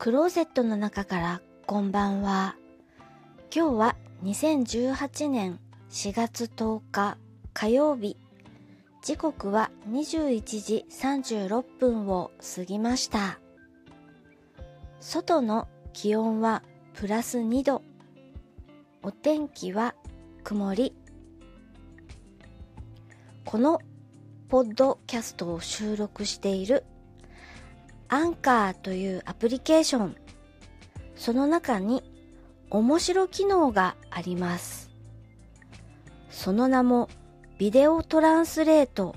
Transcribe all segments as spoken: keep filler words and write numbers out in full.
クローゼットの中からこんばんは。今日はにせんじゅうはちねんしがつとおか火曜日。時刻はにじゅういちじさんじゅうろっぷんを過ぎました。外の気温はプラスにど。お天気は曇り。このポッドキャストを収録しているアンカーというアプリケーション、その中に面白機能があります。その名もビデオトランスレート。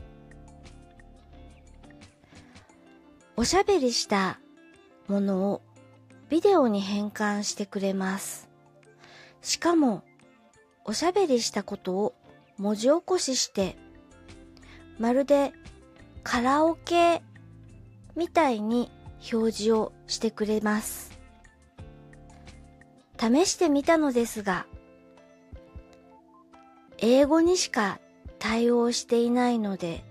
おしゃべりしたものをビデオに変換してくれます。しかもおしゃべりしたことを文字起こしして、まるでカラオケみたいに表示をしてくれます。試してみたのですが、英語にしか対応していないので、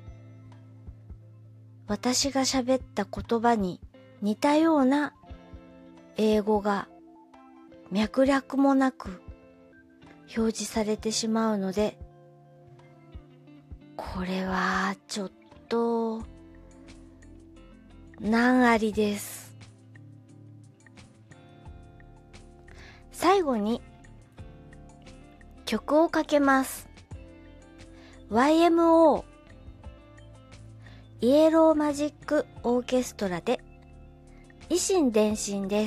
私が喋った言葉に似たような英語が脈絡もなく表示されてしまうので、これはちょっと難ありです。最後に曲をかけます。ワイエムオー イエローマジックオーケストラで以心伝心です。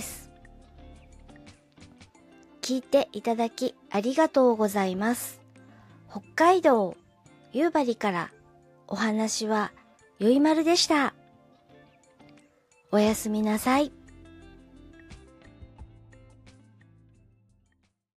聞いていただきありがとうございます。北海道夕張からお話はよいまるでした。おやすみなさい。